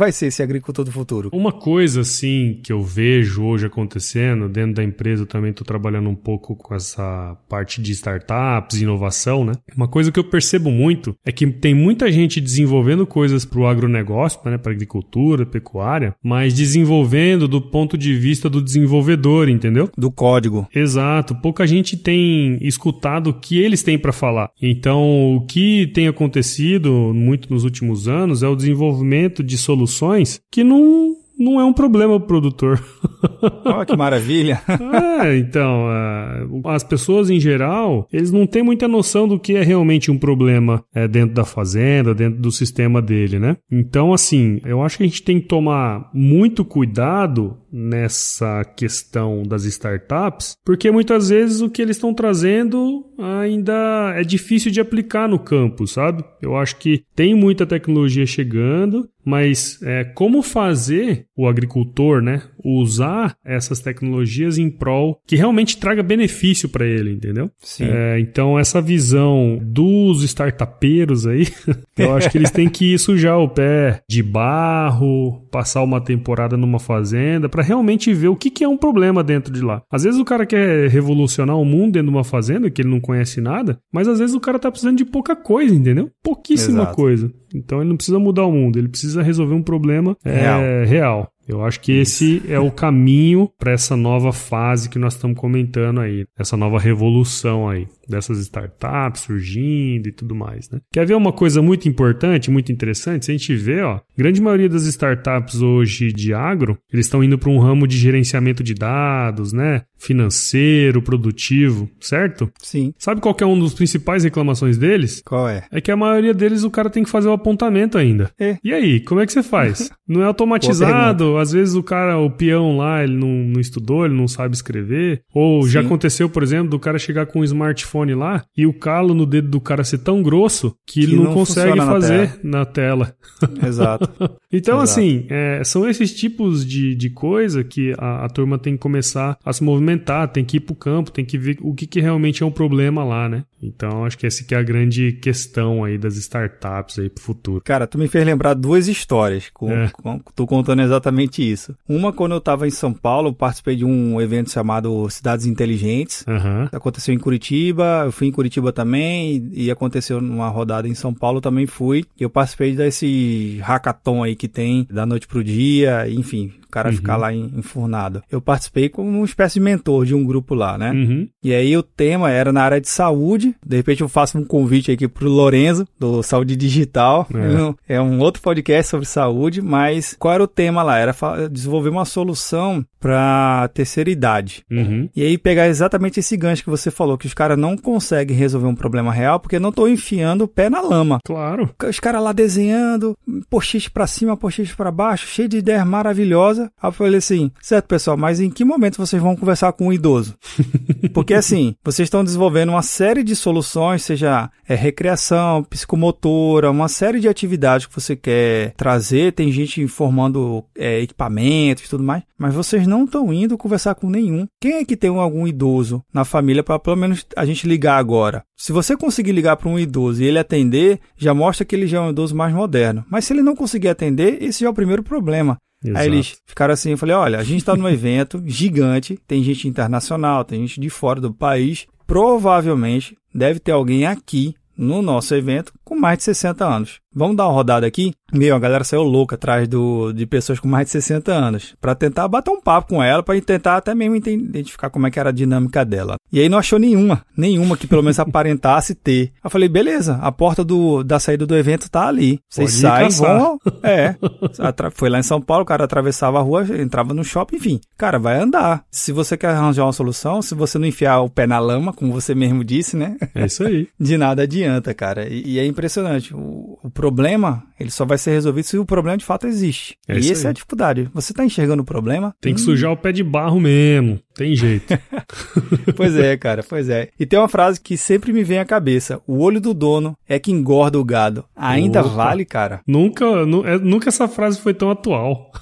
Speaker 1: agricultor do futuro?
Speaker 2: Uma coisa, assim, que eu vejo hoje acontecendo, dentro da empresa eu também estou trabalhando um pouco com essa parte de startups, inovação, né? Uma coisa que eu percebo muito é que tem muita gente desenvolvendo coisas para o agronegócio, né? Para agricultura, pecuária, mas desenvolvendo do ponto de vista do desenvolvedor, entendeu?
Speaker 1: Do código.
Speaker 2: Exato. Pouca gente tem escutado o que eles têm para falar. Então, o que tem acontecido muito nos últimos anos é o desenvolvimento de soluções que não... não é um problema para o produtor.
Speaker 1: Olha que maravilha.
Speaker 2: É, então, uh, as pessoas em geral, eles não têm muita noção do que é realmente um problema é, dentro da fazenda, dentro do sistema dele, né? Então, assim, eu acho que a gente tem que tomar muito cuidado nessa questão das startups, porque muitas vezes o que eles estão trazendo ainda é difícil de aplicar no campo, sabe? Eu acho que tem muita tecnologia chegando, mas é, como fazer o agricultor, né, usar essas tecnologias em prol que realmente traga benefício para ele, entendeu?
Speaker 1: Sim.
Speaker 2: É, então essa visão dos startupeiros aí, eu acho que eles têm que sujar o pé de barro, passar uma temporada numa fazenda para realmente ver o que, que é um problema dentro de lá. Às vezes o cara quer revolucionar o mundo dentro de uma fazenda que ele não conhece nada, mas às vezes o cara tá precisando de pouca coisa, entendeu? Pouquíssima
Speaker 1: Exato.
Speaker 2: coisa. Então ele não precisa mudar o mundo, ele precisa resolver um problema
Speaker 1: real.
Speaker 2: É, real. Eu acho que
Speaker 1: Isso.
Speaker 2: esse é o caminho para essa nova fase que nós estamos comentando aí, essa nova revolução aí, dessas startups surgindo e tudo mais, né? Quer ver uma coisa muito importante, muito interessante? Se a gente vê, ó, a grande maioria das startups hoje de agro, eles estão indo para um ramo de gerenciamento de dados, né? Financeiro, produtivo, certo?
Speaker 1: Sim.
Speaker 2: Sabe qual que é uma das principais reclamações deles?
Speaker 1: Qual é?
Speaker 2: É que a maioria deles o cara tem que fazer o apontamento ainda.
Speaker 1: É.
Speaker 2: E aí, como é que você faz? Não é automatizado, às vezes o cara, o peão lá, ele não, não estudou, ele não sabe escrever. Ou
Speaker 1: Sim.
Speaker 2: já aconteceu, por exemplo, do cara chegar com um smartphone lá e o calo no dedo do cara ser tão grosso que, que ele não, não consegue fazer na tela.
Speaker 1: Na tela. Exato.
Speaker 2: Então,
Speaker 1: Exato.
Speaker 2: assim, é, são esses tipos de, de coisa que a, a turma tem que começar a se movimentar, tem que ir pro campo, tem que ver o que, que realmente é um problema lá, né? Então, acho que essa que é a grande questão aí das startups aí pro futuro.
Speaker 1: Cara, tu me fez lembrar duas histórias. Com,
Speaker 2: É.
Speaker 1: com, tô contando exatamente isso. Uma, quando eu tava em São Paulo, eu participei de um evento chamado Cidades Inteligentes.
Speaker 2: Uhum.
Speaker 1: Aconteceu em Curitiba, eu fui em Curitiba também, e aconteceu numa rodada em São Paulo, também fui. E eu participei desse hackathon aí que tem, da noite pro dia, enfim, o cara
Speaker 2: Uhum.
Speaker 1: ficar lá enfurnado. Eu participei como uma espécie de mentor de um grupo lá, né?
Speaker 2: Uhum.
Speaker 1: E aí o tema era na área de saúde. De repente eu faço um convite aqui pro Lorenzo, do Saúde Digital. É, é um outro podcast sobre saúde, mas qual era o tema lá? Era desenvolver uma solução para terceira idade.
Speaker 2: Uhum.
Speaker 1: E aí pegar exatamente esse gancho que você falou, que os caras não conseguem resolver um problema real porque não estão enfiando o pé na lama.
Speaker 2: Claro.
Speaker 1: Os caras lá desenhando, post-it pra cima, post-it pra baixo, cheio de ideias maravilhosas. Aí eu falei assim, certo, pessoal, mas em que momento vocês vão conversar com um idoso? Porque assim, vocês estão desenvolvendo uma série de soluções, seja é, recreação, psicomotora, uma série de atividades que você quer trazer, tem gente informando é, equipamentos e tudo mais, mas vocês não estão indo conversar com nenhum. Quem é que tem algum idoso na família para pelo menos a gente ligar agora? Se você conseguir ligar para um idoso e ele atender, já mostra que ele já é um idoso mais moderno. Mas se ele não conseguir atender, esse já é o primeiro problema.
Speaker 2: Exato.
Speaker 1: Aí eles ficaram assim, eu falei, olha, a gente está num evento gigante, tem gente internacional, tem gente de fora do país, provavelmente deve ter alguém aqui no nosso evento com mais de sessenta anos. Vamos dar uma rodada aqui? Meu, a galera saiu louca atrás do, de pessoas com mais de sessenta anos, para tentar bater um papo com ela, para tentar até mesmo identificar como é que era a dinâmica dela. E aí não achou nenhuma, nenhuma que pelo menos aparentasse ter. Eu falei, beleza, a porta do, da saída do evento tá ali. Vocês saem, vão... É, foi lá em São Paulo, o cara atravessava a rua, entrava no shopping, enfim. Cara, vai andar. Se você quer arranjar uma solução, se você não enfiar o pé na lama, como você mesmo disse, né?
Speaker 2: É isso aí.
Speaker 1: De nada adianta, cara. E, e é impressionante. O, o problema, ele só vai ser resolvido se o problema de fato existe.
Speaker 2: É
Speaker 1: e essa
Speaker 2: aí.
Speaker 1: é a dificuldade. Você tá enxergando o problema?
Speaker 2: Tem que
Speaker 1: hum.
Speaker 2: sujar o pé de barro mesmo. Tem jeito.
Speaker 1: Pois é, cara. Pois é. E tem uma frase que sempre me vem à cabeça. O olho do dono é que engorda o gado. Ainda
Speaker 2: Opa.
Speaker 1: vale, cara?
Speaker 2: Nunca, nu, é, nunca essa frase foi tão atual.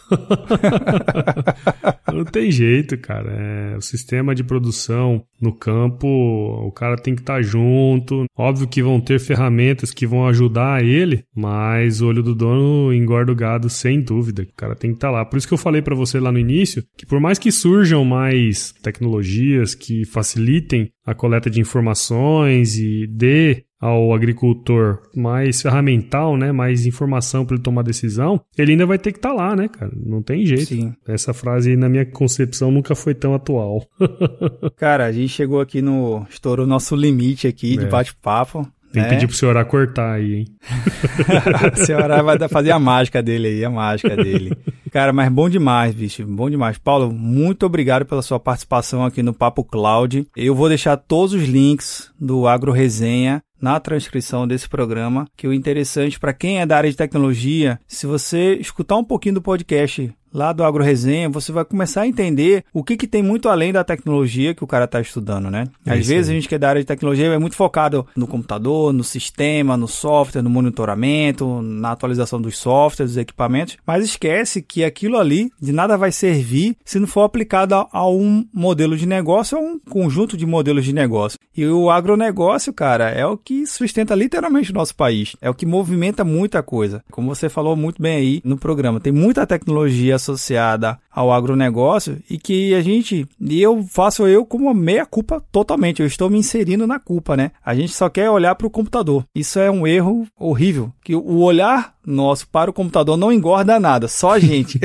Speaker 2: Não tem jeito, cara. É, o sistema de produção no campo, o cara tem que estar junto. Óbvio que vão ter ferramentas que vão ajudar ele, dele, mas o olho do dono engorda o gado sem dúvida. O cara tem que estar lá. Por isso que eu falei para você lá no início que por mais que surjam mais tecnologias que facilitem a coleta de informações e dê ao agricultor mais ferramental, né, mais informação para ele tomar decisão, ele ainda vai ter que estar lá, né, cara? Não tem jeito.
Speaker 1: Sim.
Speaker 2: Essa frase, na minha concepção, nunca foi tão atual.
Speaker 1: Cara, a gente chegou aqui no... estourou o nosso limite aqui é. de bate-papo.
Speaker 2: Tem que
Speaker 1: né?
Speaker 2: pedir pro senhor cortar aí, hein?
Speaker 1: O senhor vai fazer a mágica dele aí, a mágica dele. Cara, mas bom demais, bicho, bom demais. Paulo, muito obrigado pela sua participação aqui no Papo Cloud. Eu vou deixar todos os links do Agro Resenha na transcrição desse programa, que o interessante para quem é da área de tecnologia, se você escutar um pouquinho do podcast lá do Agro Resenha, você vai começar a entender o que, que tem muito além da tecnologia que o cara está estudando, né? Às
Speaker 2: Isso
Speaker 1: vezes
Speaker 2: aí.
Speaker 1: a gente que é da área de tecnologia é muito focado no computador, no sistema, no software, no monitoramento, na atualização dos softwares, dos equipamentos, mas esquece que aquilo ali de nada vai servir se não for aplicado a, a um modelo de negócio ou um conjunto de modelos de negócio. E o agronegócio, cara, é o que sustenta literalmente o nosso país, é o que movimenta muita coisa. Como você falou muito bem aí no programa, tem muita tecnologia associada ao agronegócio e que a gente, e eu faço eu como meia culpa totalmente, eu estou me inserindo na culpa, né? A gente só quer olhar para o computador. Isso é um erro horrível, que o olhar nosso para o computador não engorda nada, só a gente.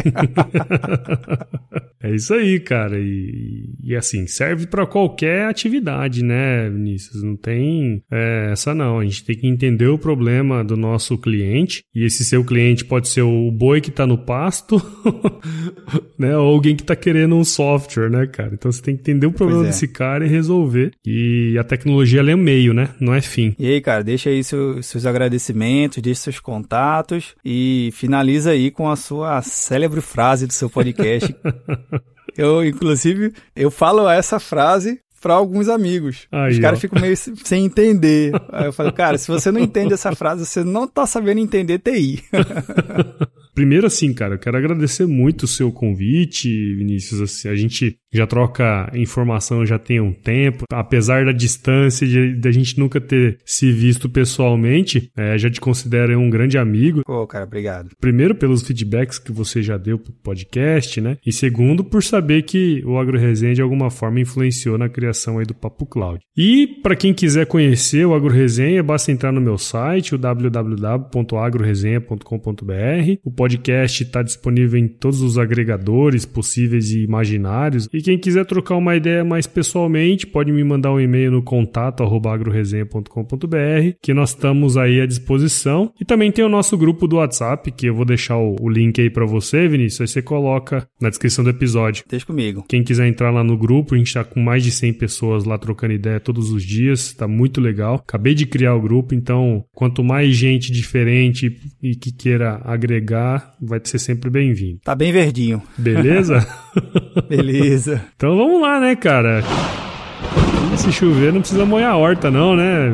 Speaker 2: É isso aí, cara. E, e assim, serve para qualquer atividade, né, Vinícius? Não tem é, essa não. A gente tem que entender o problema do nosso cliente. E esse seu cliente pode ser o boi que tá no pasto, né? Ou alguém que tá querendo um software, né, cara? Então você tem que entender o problema é. desse cara e resolver. E a tecnologia, ela é meio, né? Não é fim.
Speaker 1: E aí, cara, deixa aí seus, seus agradecimentos, deixa seus contatos e finaliza aí com a sua célebre frase do seu podcast. Eu, inclusive, eu falo essa frase para alguns amigos. Aí, Os caras ficam meio sem entender. Aí eu falo, cara, se você não entende essa frase, você não tá sabendo entender T I.
Speaker 2: Primeiro assim, cara, eu quero agradecer muito o seu convite, Vinícius. Assim, a gente já troca informação já tem um tempo. Apesar da distância de, de a gente nunca ter se visto pessoalmente, é, já te considero um grande amigo.
Speaker 1: Pô, cara, obrigado.
Speaker 2: Primeiro, pelos feedbacks que você já deu pro podcast, né? E segundo, por saber que o Agro Resenha de alguma forma influenciou na criação aí do Papo Cloud. E para quem quiser conhecer o Agro Resenha, basta entrar no meu site, o w w w ponto agro resenha ponto com ponto b r. O podcast está disponível em todos os agregadores possíveis e imaginários. E quem quiser trocar uma ideia mais pessoalmente, pode me mandar um e-mail no contato arroba agro resenha ponto com ponto b r, que nós estamos aí à disposição. E também tem o nosso grupo do WhatsApp, que eu vou deixar o, o link aí para você, Vinícius. Aí você coloca na descrição do episódio.
Speaker 1: Deixa comigo.
Speaker 2: Quem quiser entrar lá no grupo, a gente está com mais de cem pessoas lá trocando ideia todos os dias. Está muito legal. Acabei de criar o grupo, então quanto mais gente diferente e que queira agregar, vai ser sempre bem-vindo.
Speaker 1: Tá bem verdinho.
Speaker 2: Beleza?
Speaker 1: Beleza.
Speaker 2: Então vamos lá, né, cara? Se chover não precisa molhar a horta não, né?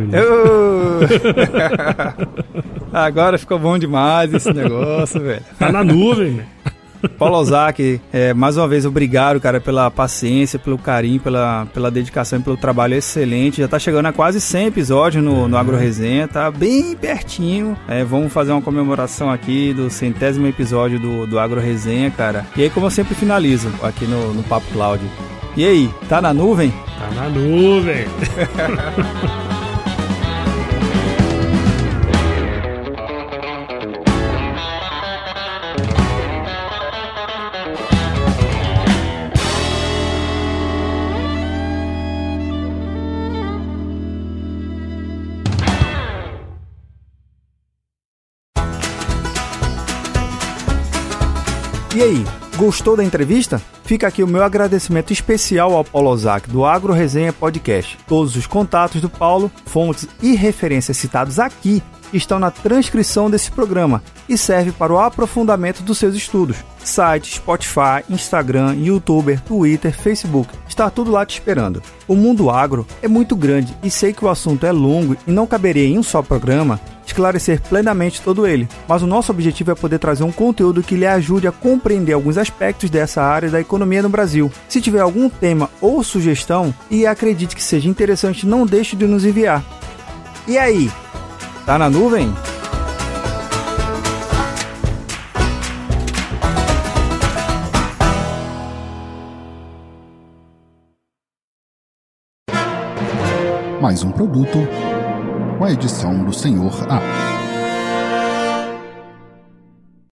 Speaker 1: Agora ficou bom demais esse negócio, velho.
Speaker 2: Tá na nuvem, velho.
Speaker 1: Paulo Ozaki, é, mais uma vez, obrigado, cara, pela paciência, pelo carinho, pela, pela dedicação e pelo trabalho excelente. Já tá chegando a quase cem episódios no, no Agro Resenha, tá bem pertinho. É, vamos fazer uma comemoração aqui do centésimo episódio do, do Agro Resenha, cara. E aí, como eu sempre finalizo aqui no, no Papo Cloud. E aí, tá na nuvem?
Speaker 2: Tá na nuvem.
Speaker 1: E aí, gostou da entrevista? Fica aqui o meu agradecimento especial ao Paulo Ozaki, do Agro Resenha Podcast. Todos os contatos do Paulo, fontes e referências citados aqui estão na transcrição desse programa e serve para o aprofundamento dos seus estudos. Site, Spotify, Instagram, YouTuber, Twitter, Facebook, está tudo lá te esperando. O mundo agro é muito grande e sei que o assunto é longo e não caberia em um só programa esclarecer plenamente todo ele, mas o nosso objetivo é poder trazer um conteúdo que lhe ajude a compreender alguns aspectos dessa área da economia no Brasil. Se tiver algum tema ou sugestão e acredite que seja interessante, não deixe de nos enviar. E aí, tá na nuvem?
Speaker 3: Mais um produto com a edição do senhor A.